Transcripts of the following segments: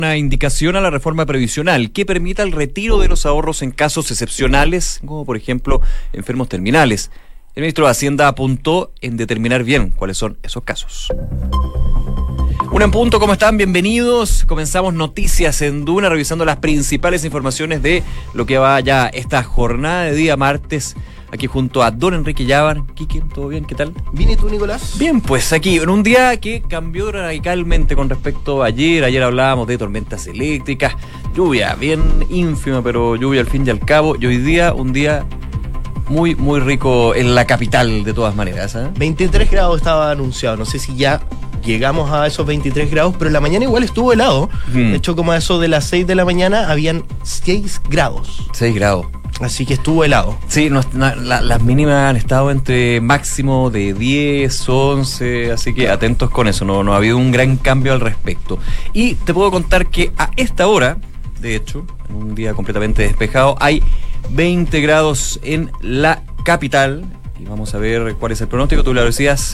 Una indicación a la reforma previsional que permita el retiro de los ahorros en casos excepcionales, como por ejemplo enfermos terminales. El ministro de Hacienda apuntó en determinar bien cuáles son esos casos. Una en punto, ¿cómo están? Bienvenidos. Comenzamos Noticias en Duna, revisando las principales informaciones de lo que va ya esta jornada de día martes, aquí junto a don Enrique Llávar. Quique, ¿todo bien? ¿Qué tal? ¿Bien y tú, Nicolás? Bien, pues aquí, en un día que cambió radicalmente con respecto a ayer. Ayer hablábamos de tormentas eléctricas, lluvia bien ínfima, pero lluvia al fin y al cabo. Y hoy día, un día muy, muy rico en la capital, de todas maneras, ¿eh? 23 grados estaba anunciado, no sé si ya llegamos a esos 23 grados, pero en la mañana igual estuvo helado. De hecho, como a eso de las 6 de la mañana, habían 6 grados. 6 grados. Así que estuvo helado. Sí, las mínimas han estado entre máximo de 10, 11, así que atentos con eso, no ha habido un gran cambio al respecto. Y te puedo contar que a esta hora, de hecho, en un día completamente despejado, hay 20 grados en la capital. Y vamos a ver cuál es el pronóstico. Tú lo decías,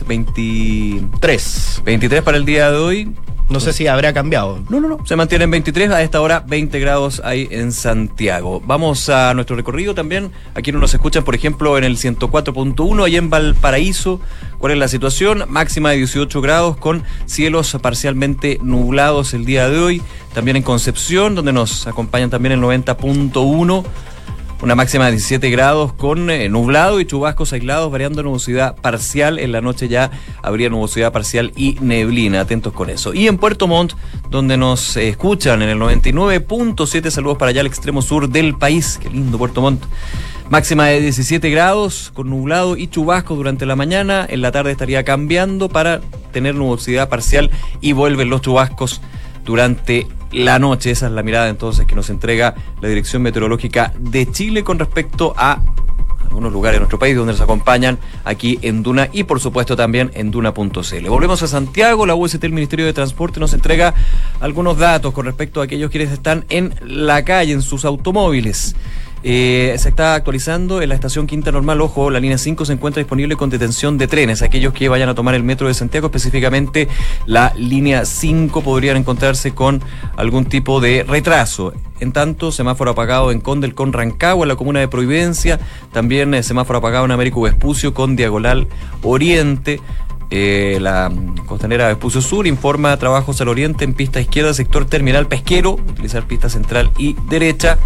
23 para el día de hoy. No sé si habrá cambiado. No. Se mantiene en 23, a esta hora 20 grados hay en Santiago. Vamos a nuestro recorrido también. Aquí nos escuchan, por ejemplo, en el 104.1, ahí en Valparaíso. ¿Cuál es la situación? Máxima de 18 grados con cielos parcialmente nublados el día de hoy. También en Concepción, donde nos acompañan también el 90.1. Una máxima de 17 grados con nublado y chubascos aislados, variando nubosidad parcial. En la noche ya habría nubosidad parcial y neblina. Atentos con eso. Y en Puerto Montt, donde nos escuchan en el 99.7, saludos para allá al extremo sur del país. Qué lindo Puerto Montt. Máxima de 17 grados con nublado y chubascos durante la mañana. En la tarde estaría cambiando para tener nubosidad parcial y vuelven los chubascos durante la noche. Esa es la mirada entonces que nos entrega la Dirección Meteorológica de Chile con respecto a algunos lugares de nuestro país donde nos acompañan aquí en Duna y por supuesto también en Duna.cl. Volvemos a Santiago. La UST, el Ministerio de Transporte, nos entrega algunos datos con respecto a aquellos quienes están en la calle, en sus automóviles. Se está actualizando en la estación Quinta Normal. Ojo, la línea 5 se encuentra disponible con detención de trenes. Aquellos que vayan a tomar el metro de Santiago, específicamente la línea 5, podrían encontrarse con algún tipo de retraso. En tanto, semáforo apagado en Condel con Rancagua, en la comuna de Providencia. También semáforo apagado en Américo Vespucio con Diagonal Oriente. La costanera Vespucio Sur informa trabajos al oriente en pista izquierda, sector terminal pesquero. Utilizar pista central y derecha.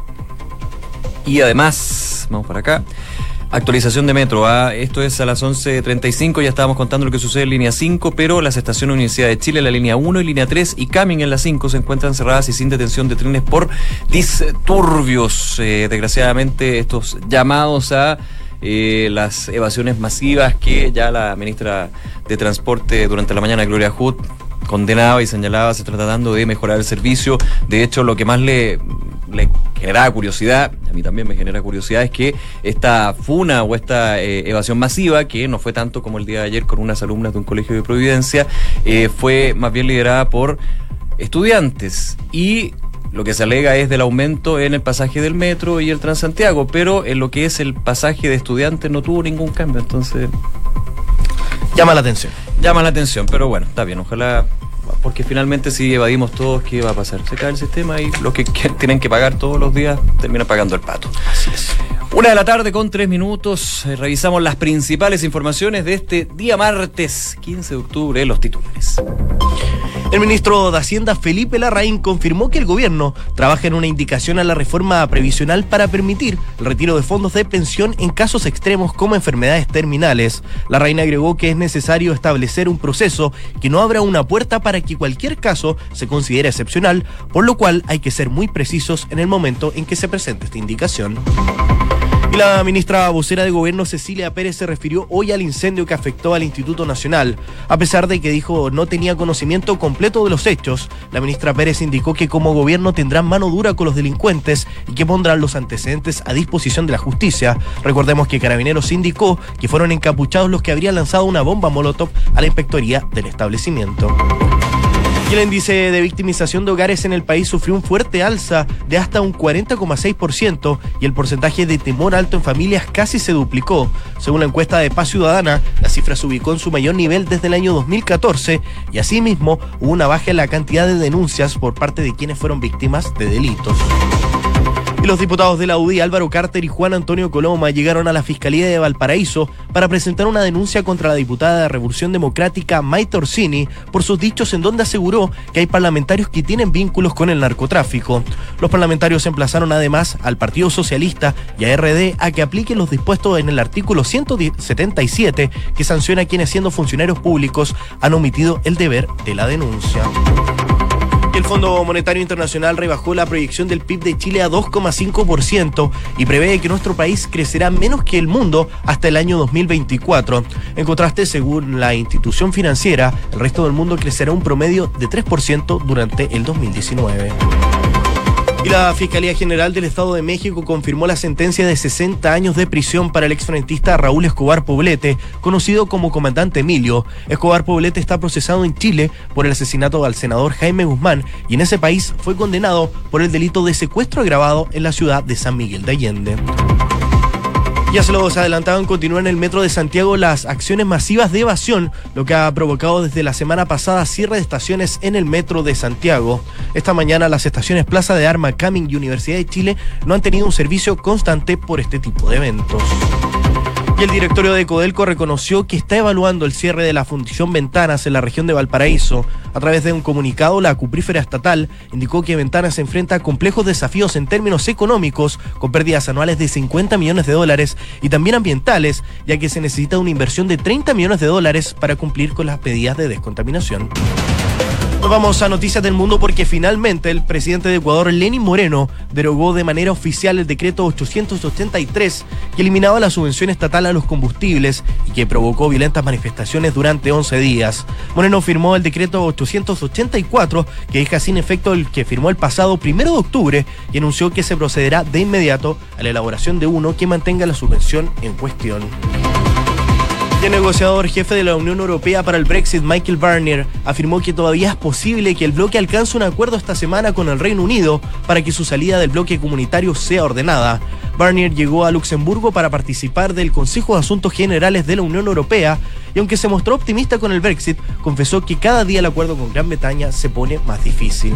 Y además, vamos para acá, actualización de metro. Esto es a las 11:35, ya estábamos contando lo que sucede en línea 5, pero las estaciones Universidad de Chile, la línea 1 y línea 3 y Camin en la 5 se encuentran cerradas y sin detención de trenes por disturbios. Desgraciadamente, estos llamados a las evasiones masivas que ya la ministra de Transporte durante la mañana, Gloria Hood, condenaba y señalaba, se está tratando de mejorar el servicio. De hecho, lo que más le generaba curiosidad, a mí también me genera curiosidad, es que esta funa o esta evasión masiva, que no fue tanto como el día de ayer con unas alumnas de un colegio de Providencia, fue más bien liderada por estudiantes, y lo que se alega es del aumento en el pasaje del metro y el Transantiago, pero en lo que es el pasaje de estudiantes no tuvo ningún cambio. Entonces llama la atención, pero bueno, está bien, ojalá, porque finalmente si evadimos todos, ¿qué va a pasar? Se cae el sistema y los que tienen que pagar todos los días terminan pagando el pato. Así es. 1:03 PM, revisamos las principales informaciones de este día martes 15 de octubre, los titulares. El ministro de Hacienda, Felipe Larraín, confirmó que el gobierno trabaja en una indicación a la reforma previsional para permitir el retiro de fondos de pensión en casos extremos como enfermedades terminales. Larraín agregó que es necesario establecer un proceso, que no abra una puerta para que cualquier caso se considere excepcional, por lo cual hay que ser muy precisos en el momento en que se presente esta indicación. Y la ministra vocera de Gobierno, Cecilia Pérez, se refirió hoy al incendio que afectó al Instituto Nacional. A pesar de que dijo no tenía conocimiento completo de los hechos, la ministra Pérez indicó que como gobierno tendrán mano dura con los delincuentes y que pondrán los antecedentes a disposición de la justicia. Recordemos que Carabineros indicó que fueron encapuchados los que habrían lanzado una bomba molotov a la inspectoría del establecimiento. Y el índice de victimización de hogares en el país sufrió un fuerte alza de hasta un 40,6% y el porcentaje de temor alto en familias casi se duplicó. Según la encuesta de Paz Ciudadana, la cifra se ubicó en su mayor nivel desde el año 2014 y asimismo hubo una baja en la cantidad de denuncias por parte de quienes fueron víctimas de delitos. Y los diputados de la UDI, Álvaro Carter y Juan Antonio Coloma, llegaron a la Fiscalía de Valparaíso para presentar una denuncia contra la diputada de Revolución Democrática Maite Orsini por sus dichos en donde aseguró que hay parlamentarios que tienen vínculos con el narcotráfico. Los parlamentarios emplazaron además al Partido Socialista y a RD a que apliquen los dispuestos en el artículo 177 que sanciona a quienes siendo funcionarios públicos han omitido el deber de la denuncia. El Fondo Monetario Internacional rebajó la proyección del PIB de Chile a 2,5% y prevé que nuestro país crecerá menos que el mundo hasta el año 2024. En contraste, según la institución financiera, el resto del mundo crecerá un promedio de 3% durante el 2019. Y la Fiscalía General del Estado de México confirmó la sentencia de 60 años de prisión para el exfrentista Raúl Escobar Poblete, conocido como Comandante Emilio. Escobar Poblete está procesado en Chile por el asesinato al senador Jaime Guzmán y en ese país fue condenado por el delito de secuestro agravado en la ciudad de San Miguel de Allende. Ya se los adelantaban, continúan en el metro de Santiago las acciones masivas de evasión, lo que ha provocado desde la semana pasada cierre de estaciones en el metro de Santiago. Esta mañana las estaciones Plaza de Armas, Camin y Universidad de Chile no han tenido un servicio constante por este tipo de eventos. Y el directorio de Codelco reconoció que está evaluando el cierre de la fundición Ventanas en la región de Valparaíso. A través de un comunicado, la cuprífera estatal indicó que Ventanas se enfrenta a complejos desafíos en términos económicos, con pérdidas anuales de $50 millones y también ambientales, ya que se necesita una inversión de $30 millones para cumplir con las medidas de descontaminación. Nos vamos a noticias del mundo porque finalmente el presidente de Ecuador, Lenín Moreno, derogó de manera oficial el decreto 883 que eliminaba la subvención estatal a los combustibles y que provocó violentas manifestaciones durante 11 días. Moreno firmó el decreto 884 que deja sin efecto el que firmó el pasado 1 de octubre y anunció que se procederá de inmediato a la elaboración de uno que mantenga la subvención en cuestión. Y el negociador jefe de la Unión Europea para el Brexit, Michael Barnier, afirmó que todavía es posible que el bloque alcance un acuerdo esta semana con el Reino Unido para que su salida del bloque comunitario sea ordenada. Barnier llegó a Luxemburgo para participar del Consejo de Asuntos Generales de la Unión Europea y aunque se mostró optimista con el Brexit, confesó que cada día el acuerdo con Gran Bretaña se pone más difícil.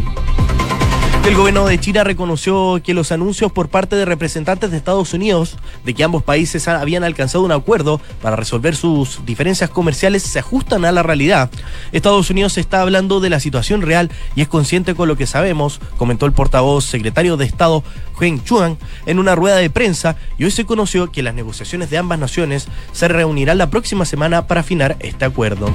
El gobierno de China reconoció que los anuncios por parte de representantes de Estados Unidos de que ambos países habían alcanzado un acuerdo para resolver sus diferencias comerciales se ajustan a la realidad. Estados Unidos está hablando de la situación real y es consciente con lo que sabemos, comentó el portavoz secretario de Estado Geng Shuang en una rueda de prensa, y hoy se conoció que las negociaciones de ambas naciones se reunirán la próxima semana para afinar este acuerdo.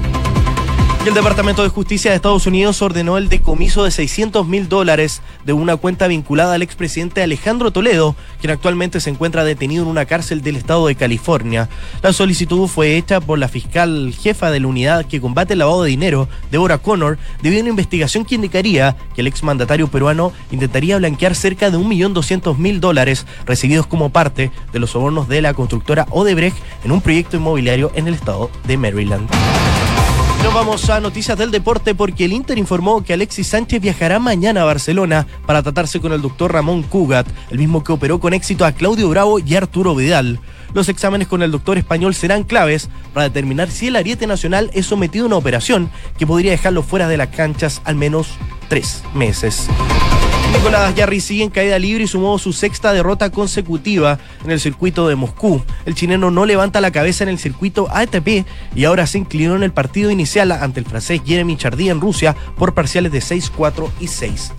Y el Departamento de Justicia de Estados Unidos ordenó el decomiso de $600.000 de una cuenta vinculada al expresidente Alejandro Toledo, quien actualmente se encuentra detenido en una cárcel del estado de California. La solicitud fue hecha por la fiscal jefa de la unidad que combate el lavado de dinero, Deborah Connor, debido a una investigación que indicaría que el exmandatario peruano intentaría blanquear cerca de $1.200.000 recibidos como parte de los sobornos de la constructora Odebrecht en un proyecto inmobiliario en el estado de Maryland. Nos vamos a noticias del deporte porque el Inter informó que Alexis Sánchez viajará mañana a Barcelona para tratarse con el doctor Ramón Cugat, el mismo que operó con éxito a Claudio Bravo y Arturo Vidal. Los exámenes con el doctor español serán claves para determinar si el ariete nacional es sometido a una operación que podría dejarlo fuera de las canchas al menos 3 meses. Nicolás Jarry sigue en caída libre y sumó su 6ª derrota consecutiva en el circuito de Moscú. El chileno no levanta la cabeza en el circuito ATP y ahora se inclinó en el partido inicial ante el francés Jeremy Chardy en Rusia por parciales de 6-4 y 6-2.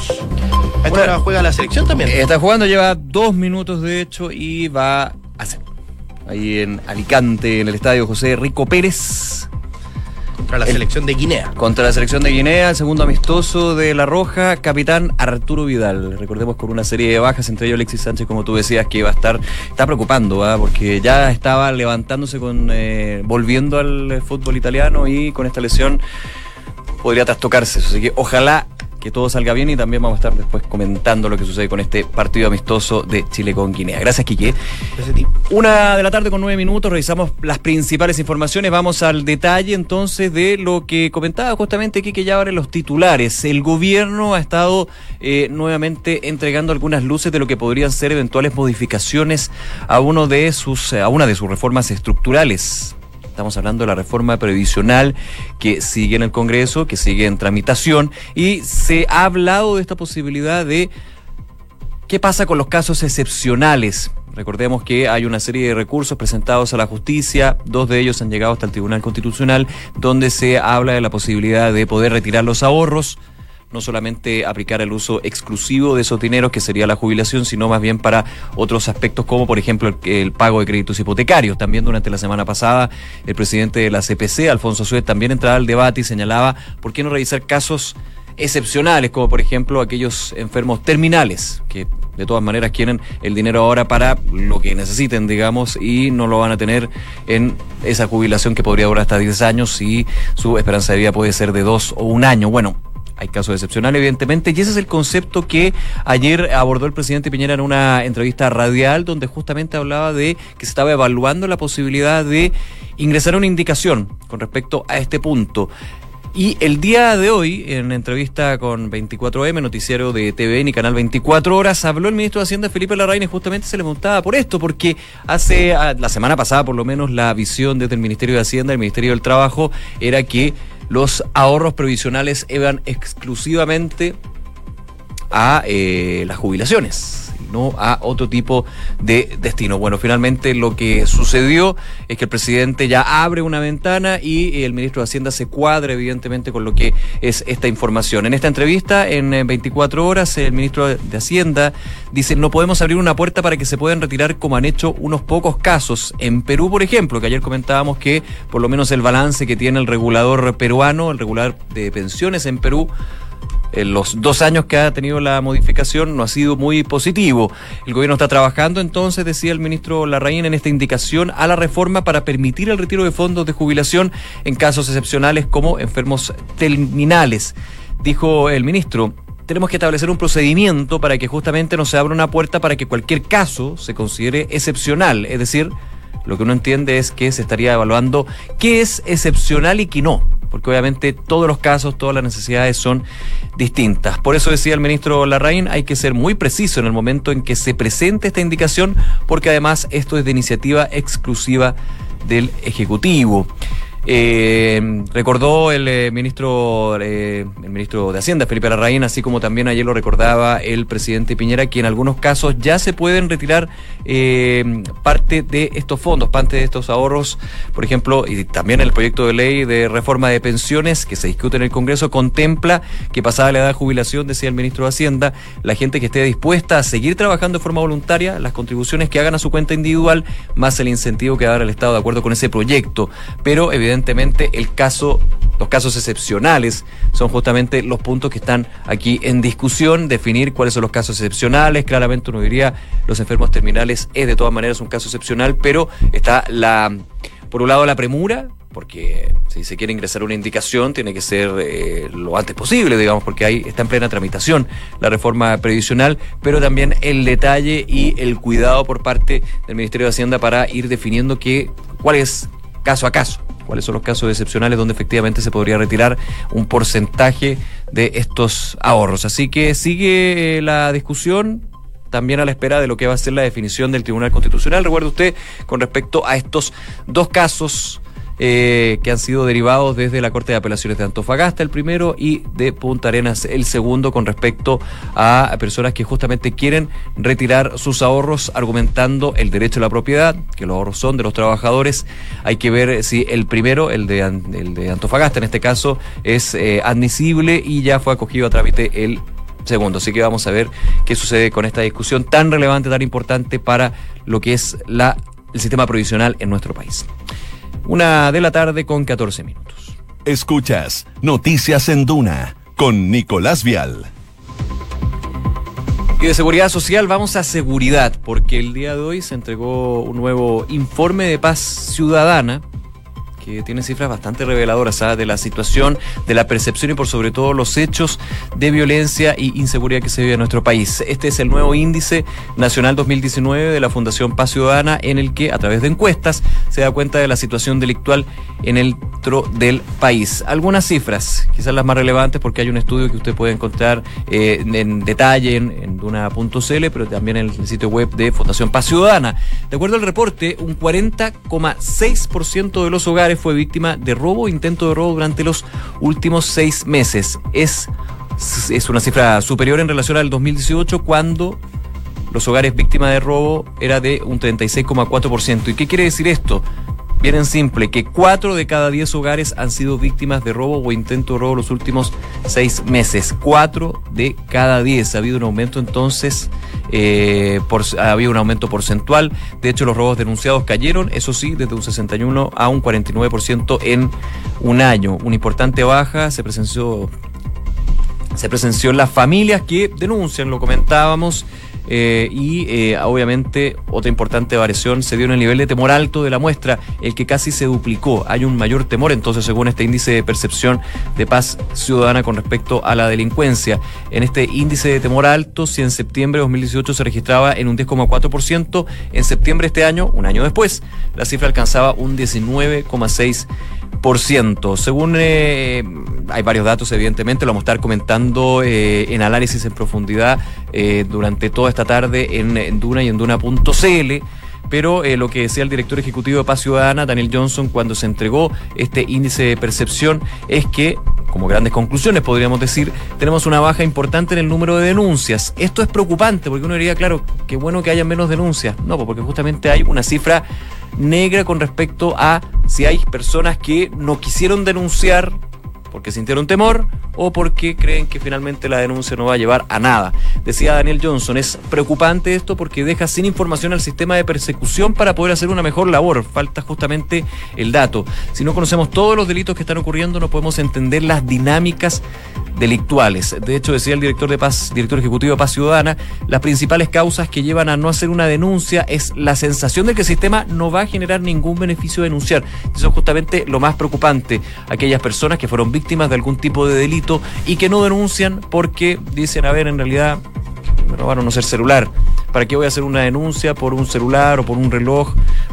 Ahora juega la selección también. Está jugando, lleva 2 minutos de hecho y va a hacer ahí en Alicante, en el estadio José Rico Pérez. Contra la selección de Guinea. Contra la selección de Guinea, el segundo amistoso de La Roja, capitán Arturo Vidal. Recordemos con una serie de bajas, entre ellos Alexis Sánchez, como tú decías, que iba a estar, está preocupando, porque ya estaba levantándose volviendo al fútbol italiano y con esta lesión podría trastocarse. Así que ojalá que todo salga bien y también vamos a estar después comentando lo que sucede con este partido amistoso de Chile con Guinea. Gracias, Quique. Gracias a ti. 1:00 con 9 minutos, revisamos las principales informaciones, vamos al detalle entonces de lo que comentaba justamente Quique ya ahora en los titulares. El gobierno ha estado nuevamente entregando algunas luces de lo que podrían ser eventuales modificaciones a una de sus reformas estructurales. Estamos hablando de la reforma previsional que sigue en el Congreso, que sigue en tramitación, y se ha hablado de esta posibilidad de qué pasa con los casos excepcionales. Recordemos que hay una serie de recursos presentados a la justicia, 2 de ellos han llegado hasta el Tribunal Constitucional, donde se habla de la posibilidad de poder retirar los ahorros, no solamente aplicar el uso exclusivo de esos dineros, que sería la jubilación, sino más bien para otros aspectos como, por ejemplo, el pago de créditos hipotecarios. También durante la semana pasada, el presidente de la CPC, Alfonso Suez, también entraba al debate y señalaba por qué no revisar casos excepcionales, como por ejemplo aquellos enfermos terminales, que de todas maneras quieren el dinero ahora para lo que necesiten, digamos, y no lo van a tener en esa jubilación que podría durar hasta 10 años y su esperanza de vida puede ser de 2 o 1 año. Bueno, hay casos excepcionales, evidentemente, y ese es el concepto que ayer abordó el presidente Piñera en una entrevista radial, donde justamente hablaba de que se estaba evaluando la posibilidad de ingresar una indicación con respecto a este punto. Y el día de hoy, en entrevista con 24M, noticiero de TVN y Canal 24 Horas, habló el ministro de Hacienda, Felipe Larraín, y justamente se le preguntaba por esto, porque la semana pasada, por lo menos, la visión desde el Ministerio de Hacienda, el Ministerio del Trabajo, era que los ahorros previsionales iban exclusivamente a las jubilaciones, no a otro tipo de destino. Bueno, finalmente lo que sucedió es que el presidente ya abre una ventana y el ministro de Hacienda se cuadra evidentemente con lo que es esta información. En esta entrevista, en 24 horas, el ministro de Hacienda dice: no podemos abrir una puerta para que se puedan retirar como han hecho unos pocos casos. En Perú, por ejemplo, que ayer comentábamos que por lo menos el balance que tiene el regulador peruano, el regulador de pensiones en Perú, en los 2 años que ha tenido la modificación, no ha sido muy positivo. El gobierno está trabajando entonces, decía el ministro Larraín, en esta indicación a la reforma para permitir el retiro de fondos de jubilación en casos excepcionales como enfermos terminales. Dijo el ministro: tenemos que establecer un procedimiento para que justamente no se abra una puerta para que cualquier caso se considere excepcional. Es decir, lo que uno entiende es que se estaría evaluando qué es excepcional y qué no, porque obviamente todos los casos, todas las necesidades son distintas. Por eso decía el ministro Larraín, hay que ser muy preciso en el momento en que se presente esta indicación, porque además esto es de iniciativa exclusiva del Ejecutivo. Recordó el ministro de Hacienda, Felipe Larraín, así como también ayer lo recordaba el presidente Piñera, que en algunos casos ya se pueden retirar parte de estos fondos, parte de estos ahorros. Por ejemplo, y también el proyecto de ley de reforma de pensiones que se discute en el Congreso contempla que, pasada la edad de jubilación, decía el ministro de Hacienda, la gente que esté dispuesta a seguir trabajando de forma voluntaria, las contribuciones que hagan a su cuenta individual, más el incentivo que va a dar el Estado de acuerdo con ese proyecto. Pero evidentemente los casos excepcionales son justamente los puntos que están aquí en discusión, definir cuáles son los casos excepcionales. Claramente uno diría, los enfermos terminales es de todas maneras un caso excepcional, pero está por un lado la premura, porque si se quiere ingresar una indicación tiene que ser lo antes posible, digamos, porque ahí está en plena tramitación la reforma previsional, pero también el detalle y el cuidado por parte del Ministerio de Hacienda para ir definiendo cuál es caso a caso, cuáles son los casos excepcionales donde efectivamente se podría retirar un porcentaje de estos ahorros. Así que sigue la discusión, también a la espera de lo que va a ser la definición del Tribunal Constitucional. Recuerde usted, con respecto a estos 2 casos que han sido derivados desde la Corte de Apelaciones de Antofagasta, el primero, y de Punta Arenas, el segundo, con respecto a personas que justamente quieren retirar sus ahorros argumentando el derecho a la propiedad, que los ahorros son de los trabajadores. Hay que ver si el primero, el de Antofagasta en este caso, es admisible, y ya fue acogido a trámite el segundo. Así que vamos a ver qué sucede con esta discusión tan relevante, tan importante para lo que es el sistema provisional en nuestro país. 1:00 con 14 minutos. Escuchas Noticias en Duna con Nicolás Vial. Y de seguridad social vamos a seguridad, porque el día de hoy se entregó un nuevo informe de paz ciudadana que tiene cifras bastante reveladoras de la situación, de la percepción y por sobre todo los hechos de violencia y inseguridad que se vive en nuestro país. Este es el nuevo índice nacional 2019 de la Fundación Paz Ciudadana, en el que a través de encuestas se da cuenta de la situación delictual en el del país. Algunas cifras, quizás las más relevantes, porque hay un estudio que usted puede encontrar en detalle en duna.cl, pero también en el sitio web de Fundación Paz Ciudadana. De acuerdo al reporte, un 40,6% de los hogares fue víctima de robo o intento de robo durante los últimos 6 meses. Es una cifra superior en relación al 2018, cuando los hogares víctimas de robo era de un 36,4%. ¿Y qué quiere decir esto? Bien en simple, que 4 de cada 10 hogares han sido víctimas de robo o intento de robo los últimos 6 meses. 4 de cada 10. Ha habido un aumento entonces, ha habido un aumento porcentual. De hecho, los robos denunciados cayeron, eso sí, desde un 61 a un 49% en un año. Una importante baja se presenció en las familias que denuncian, lo comentábamos. Obviamente otra importante variación se dio en el nivel de temor alto de la muestra, el que casi se duplicó. Hay un mayor temor entonces, según este índice de percepción de paz ciudadana con respecto a la delincuencia. En este índice de temor alto, si en septiembre de 2018 se registraba en un 10,4%, en septiembre de este año, un año después, la cifra alcanzaba un 19,6%. Según hay varios datos, evidentemente, lo vamos a estar comentando en análisis en profundidad durante toda esta tarde en Duna y en Duna.cl. Pero lo que decía el director ejecutivo de Paz Ciudadana, Daniel Johnson, cuando se entregó este índice de percepción, es que, como grandes conclusiones podríamos decir, tenemos una baja importante en el número de denuncias. Esto es preocupante, porque uno diría, claro, qué bueno que haya menos denuncias. No, porque justamente hay una cifra negra con respecto a si hay personas que no quisieron denunciar porque sintieron temor o porque creen que finalmente la denuncia no va a llevar a nada. Decía Daniel Johnson, es preocupante esto porque deja sin información al sistema de persecución para poder hacer una mejor labor. Falta justamente el dato. Si no conocemos todos los delitos que están ocurriendo, no podemos entender las dinámicas delictuales. De hecho, decía el director ejecutivo de Paz Ciudadana, las principales causas que llevan a no hacer una denuncia es la sensación de que el sistema no va a generar ningún beneficio de denunciar. Eso es justamente lo más preocupante. Aquellas personas que fueron víctimas de algún tipo de delito y que no denuncian porque dicen, a ver, en realidad me robaron, no sé, el celular. ¿Para qué voy a hacer una denuncia por un celular o por un reloj?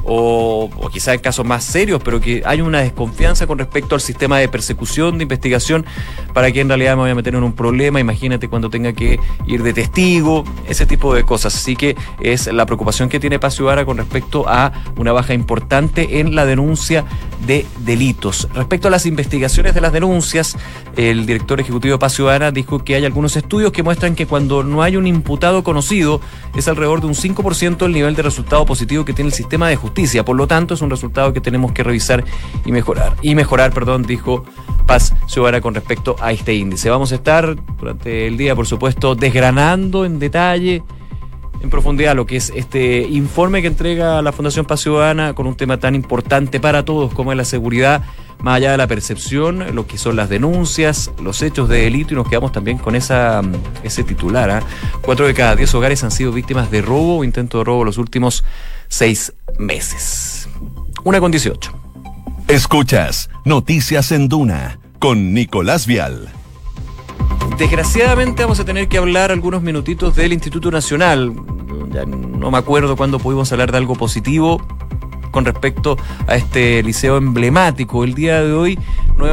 O quizás en casos más serios, pero que hay una desconfianza con respecto al sistema de persecución, de investigación, para que en realidad me voy a meter en un problema. Imagínate cuando tenga que ir de testigo, ese tipo de cosas. Así que es la preocupación que tiene Paz Ciudadana con respecto a una baja importante en la denuncia de delitos. Respecto a las investigaciones de las denuncias, el director ejecutivo de Paz Ciudadana dijo que hay algunos estudios que muestran que cuando no hay un imputado conocido, es alrededor de un 5% el nivel de resultado positivo que tiene el sistema de justicia. Por lo tanto, es un resultado que tenemos que revisar y mejorar. Dijo Paz Ciudadana con respecto a este índice. Vamos a estar durante el día, por supuesto, desgranando en detalle, en profundidad, lo que es este informe que entrega la Fundación Paz Ciudadana con un tema tan importante para todos como es la seguridad, más allá de la percepción, lo que son las denuncias, los hechos de delito, y nos quedamos también con ese titular. 4 de cada 10 hogares han sido víctimas de robo o intento de robo los últimos 6 meses. 1:18. Escuchas Noticias en Duna con Nicolás Vial. Desgraciadamente vamos a tener que hablar algunos minutitos del Instituto Nacional. Ya no me acuerdo cuándo pudimos hablar de algo positivo con respecto a este liceo emblemático. El día de hoy,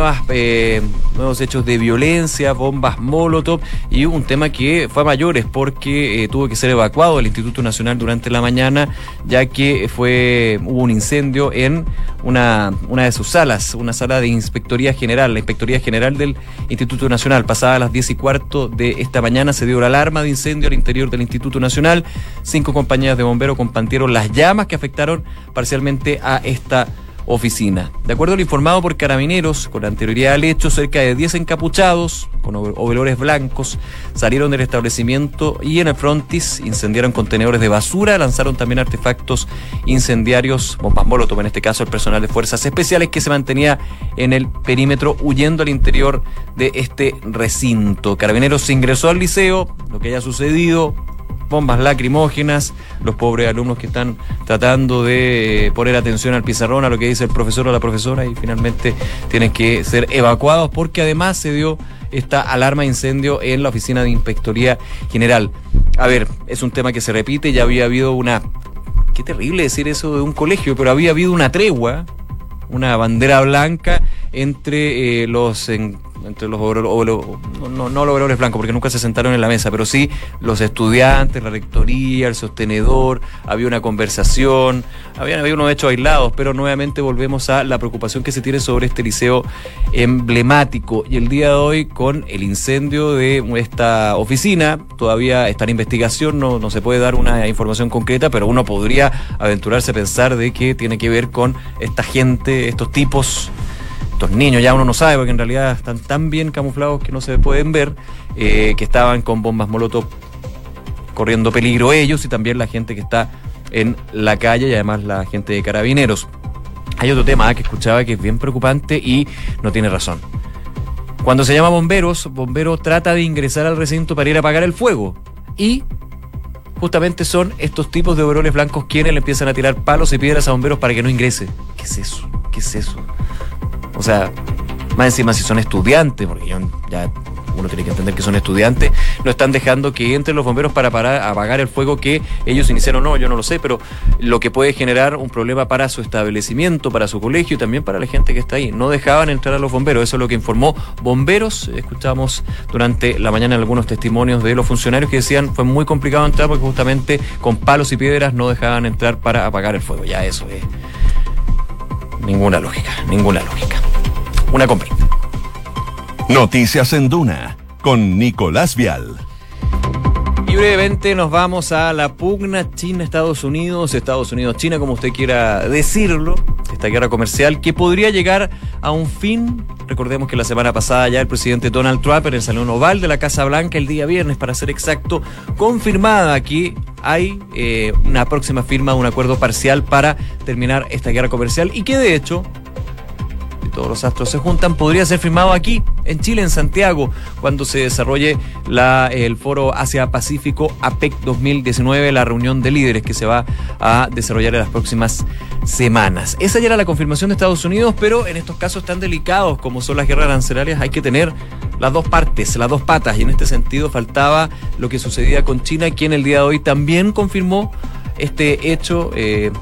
nuevos hechos de violencia, bombas Molotov y un tema que fue a mayores porque tuvo que ser evacuado del Instituto Nacional durante la mañana, ya que hubo un incendio en una de sus salas, una sala de Inspectoría General, la Inspectoría General del Instituto Nacional. Pasada las 10:15 de esta mañana se dio la alarma de incendio al interior del Instituto Nacional. 5 compañías de bomberos combatieron las llamas que afectaron parcialmente a esta oficina. De acuerdo a lo informado por Carabineros, con anterioridad al hecho, cerca de 10 encapuchados con overoles blancos salieron del establecimiento y en el frontis incendiaron contenedores de basura, lanzaron también artefactos incendiarios, bombas Molotov, en este caso el personal de Fuerzas Especiales que se mantenía en el perímetro huyendo al interior de este recinto. Carabineros se ingresó al liceo, lo que haya sucedido bombas lacrimógenas, los pobres alumnos que están tratando de poner atención al pizarrón, a lo que dice el profesor o la profesora, y finalmente tienen que ser evacuados porque además se dio esta alarma de incendio en la oficina de Inspectoría General. A ver, es un tema que se repite, ya había habido una... Qué terrible decir eso de un colegio, pero había habido una tregua, una bandera blanca entre los overoles blancos, porque nunca se sentaron en la mesa, pero sí los estudiantes, la rectoría, el sostenedor, había una conversación, había unos hechos aislados, pero nuevamente volvemos a la preocupación que se tiene sobre este liceo emblemático. Y el día de hoy, con el incendio de esta oficina, todavía está en investigación, no se puede dar una información concreta, pero uno podría aventurarse a pensar de que tiene que ver con esta gente, estos tipos, estos niños, ya uno no sabe porque en realidad están tan bien camuflados que no se pueden ver, que estaban con bombas molotov corriendo peligro ellos y también la gente que está en la calle y además la gente de Carabineros. Hay otro tema que escuchaba que es bien preocupante y no tiene razón. Cuando se llama bombero trata de ingresar al recinto para ir a apagar el fuego y justamente son estos tipos de overoles blancos quienes le empiezan a tirar palos y piedras a bomberos para que no ingrese. ¿Qué es eso? ¿Qué es eso? O sea, más encima si son estudiantes, porque ya uno tiene que entender que son estudiantes, no están dejando que entren los bomberos para apagar el fuego que ellos iniciaron. No, yo no lo sé, pero lo que puede generar un problema para su establecimiento, para su colegio y también para la gente que está ahí. No dejaban entrar a los bomberos, eso es lo que informó Bomberos. Escuchamos durante la mañana algunos testimonios de los funcionarios que decían fue muy complicado entrar porque justamente con palos y piedras no dejaban entrar para apagar el fuego. Ya eso es ninguna lógica. Una con 20. Noticias en Duna con Nicolás Vial. Y brevemente nos vamos a la pugna China-Estados Unidos, Estados Unidos-China, como usted quiera decirlo, esta guerra comercial que podría llegar a un fin. Recordemos que la semana pasada ya el presidente Donald Trump en el Salón Oval de la Casa Blanca, el día viernes para ser exacto, confirmada que hay una próxima firma de un acuerdo parcial para terminar esta guerra comercial y que de hecho, si todos los astros se juntan, podría ser firmado aquí, en Chile, en Santiago, cuando se desarrolle el Foro Asia-Pacífico APEC 2019, la reunión de líderes que se va a desarrollar en las próximas semanas. Esa ya era la confirmación de Estados Unidos, pero en estos casos tan delicados como son las guerras arancelarias hay que tener las dos partes, las dos patas, y en este sentido faltaba lo que sucedía con China, quien el día de hoy también confirmó este hecho.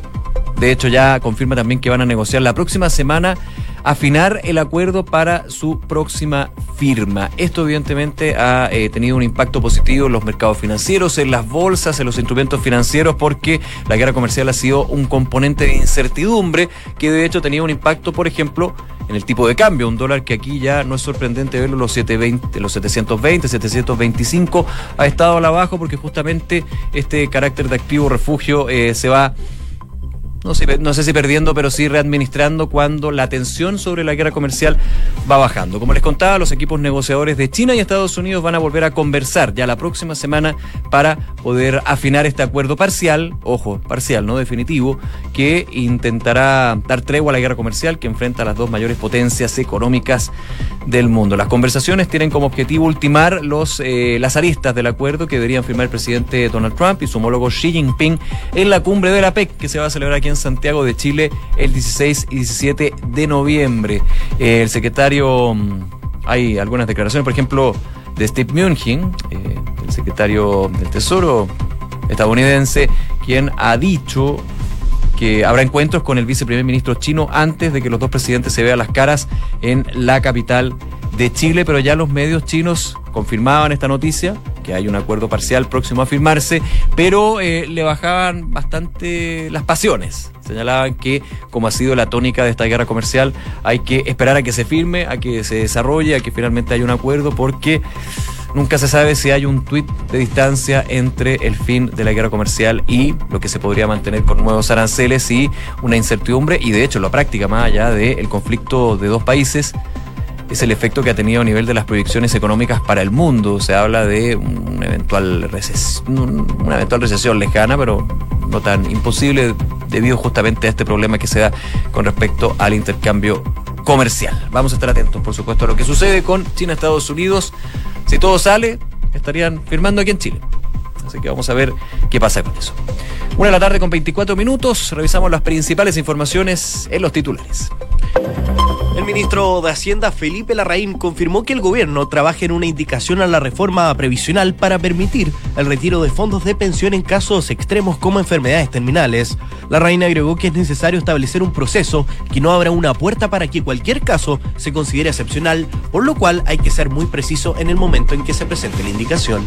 De hecho, ya confirma también que van a negociar la próxima semana, afinar el acuerdo para su próxima firma. Esto evidentemente ha tenido un impacto positivo en los mercados financieros, en las bolsas, en los instrumentos financieros, porque la guerra comercial ha sido un componente de incertidumbre que de hecho tenía un impacto, por ejemplo, en el tipo de cambio. Un dólar que aquí ya no es sorprendente verlo, los 720, 725, ha estado a la baja porque justamente este carácter de activo refugio se va... No sé si perdiendo, pero sí readministrando cuando la tensión sobre la guerra comercial va bajando. Como les contaba, los equipos negociadores de China y Estados Unidos van a volver a conversar ya la próxima semana para poder afinar este acuerdo parcial, ojo, parcial, no definitivo, que intentará dar tregua a la guerra comercial que enfrenta a las dos mayores potencias económicas del mundo. Las conversaciones tienen como objetivo ultimar las aristas del acuerdo que deberían firmar el presidente Donald Trump y su homólogo Xi Jinping en la cumbre de la APEC, que se va a celebrar aquí en Santiago de Chile el 16 y 17 de noviembre. El secretario, hay algunas declaraciones, por ejemplo, de Steve Mnuchin, el secretario del Tesoro estadounidense, quien ha dicho que habrá encuentros con el viceprimer ministro chino antes de que los dos presidentes se vean las caras en la capital de Chile, pero ya los medios chinos confirmaban esta noticia, que hay un acuerdo parcial próximo a firmarse, pero le bajaban bastante las pasiones. Señalaban que, como ha sido la tónica de esta guerra comercial, hay que esperar a que se firme, a que se desarrolle, a que finalmente haya un acuerdo, porque nunca se sabe si hay un tuit de distancia entre el fin de la guerra comercial y lo que se podría mantener con nuevos aranceles y una incertidumbre, y de hecho la práctica, más allá del conflicto de dos países, es el efecto que ha tenido a nivel de las proyecciones económicas para el mundo. Se habla de una eventual recesión lejana, pero no tan imposible, debido justamente a este problema que se da con respecto al intercambio comercial. Vamos a estar atentos, por supuesto, a lo que sucede con China y Estados Unidos. Si todo sale, estarían firmando aquí en Chile. Así que vamos a ver qué pasa con eso. 1:00 con 24 minutos. Revisamos las principales informaciones en los titulares. El ministro de Hacienda, Felipe Larraín, confirmó que el gobierno trabaja en una indicación a la reforma previsional para permitir el retiro de fondos de pensión en casos extremos como enfermedades terminales. Larraín agregó que es necesario establecer un proceso, que no abra una puerta para que cualquier caso se considere excepcional, por lo cual hay que ser muy preciso en el momento en que se presente la indicación.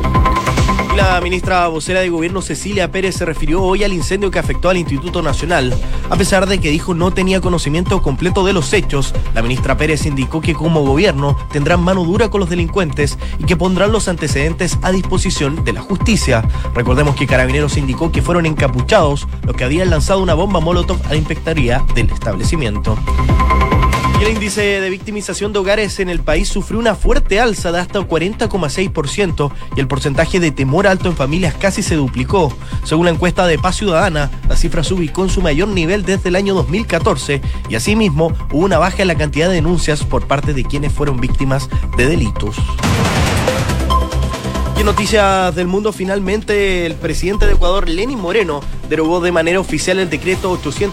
La ministra vocera de Gobierno, Cecilia Pérez, se refirió hoy al incendio que afectó al Instituto Nacional. A pesar de que dijo no tenía conocimiento completo de los hechos, la ministra Pérez indicó que como gobierno tendrán mano dura con los delincuentes y que pondrán los antecedentes a disposición de la justicia. Recordemos que Carabineros indicó que fueron encapuchados los que habían lanzado una bomba molotov a la inspectoría del establecimiento. El índice de victimización de hogares en el país sufrió una fuerte alza de hasta 40,6% y el porcentaje de temor alto en familias casi se duplicó. Según la encuesta de Paz Ciudadana, la cifra se ubicó en su mayor nivel desde el año 2014 y asimismo hubo una baja en la cantidad de denuncias por parte de quienes fueron víctimas de delitos. Y en noticias del mundo, finalmente el presidente de Ecuador, Lenín Moreno, derogó de manera oficial el decreto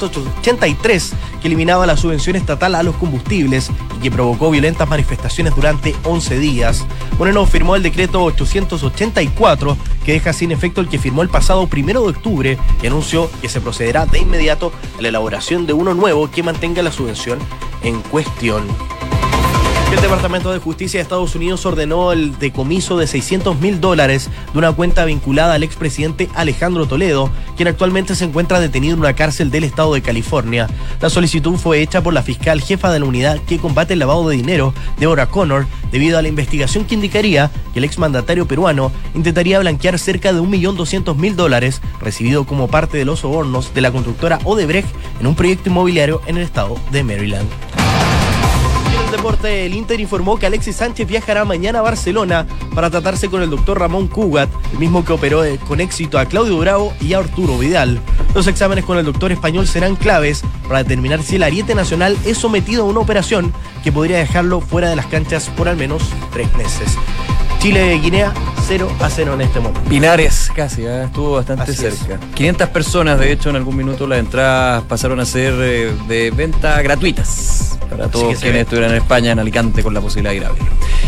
883 que eliminaba la subvención estatal a los combustibles y que provocó violentas manifestaciones durante 11 días. Moreno firmó el decreto 884 que deja sin efecto el que firmó el pasado 1 de octubre y anunció que se procederá de inmediato a la elaboración de uno nuevo que mantenga la subvención en cuestión. El Departamento de Justicia de Estados Unidos ordenó el decomiso de $600,000 de una cuenta vinculada al expresidente Alejandro Toledo, quien actualmente se encuentra detenido en una cárcel del estado de California. La solicitud fue hecha por la fiscal jefa de la unidad que combate el lavado de dinero, Deborah Connor, debido a la investigación que indicaría que el exmandatario peruano intentaría blanquear cerca de $1.200.000 recibido como parte de los sobornos de la constructora Odebrecht en un proyecto inmobiliario en el estado de Maryland. Deporte, el Inter informó que Alexis Sánchez viajará mañana a Barcelona para tratarse con el doctor Ramón Cugat, el mismo que operó con éxito a Claudio Bravo y a Arturo Vidal. Los exámenes con el doctor español serán claves para determinar si el ariete nacional es sometido a una operación que podría dejarlo fuera de las canchas por al menos 3 meses. Chile-Guinea 0-0 en este momento. Pinares casi, estuvo bastante Así cerca. es. 500 personas, de hecho, en algún minuto las entradas pasaron a ser de venta gratuitas para todos quienes estuvieran en España, en Alicante, con la posibilidad de ir a verlo.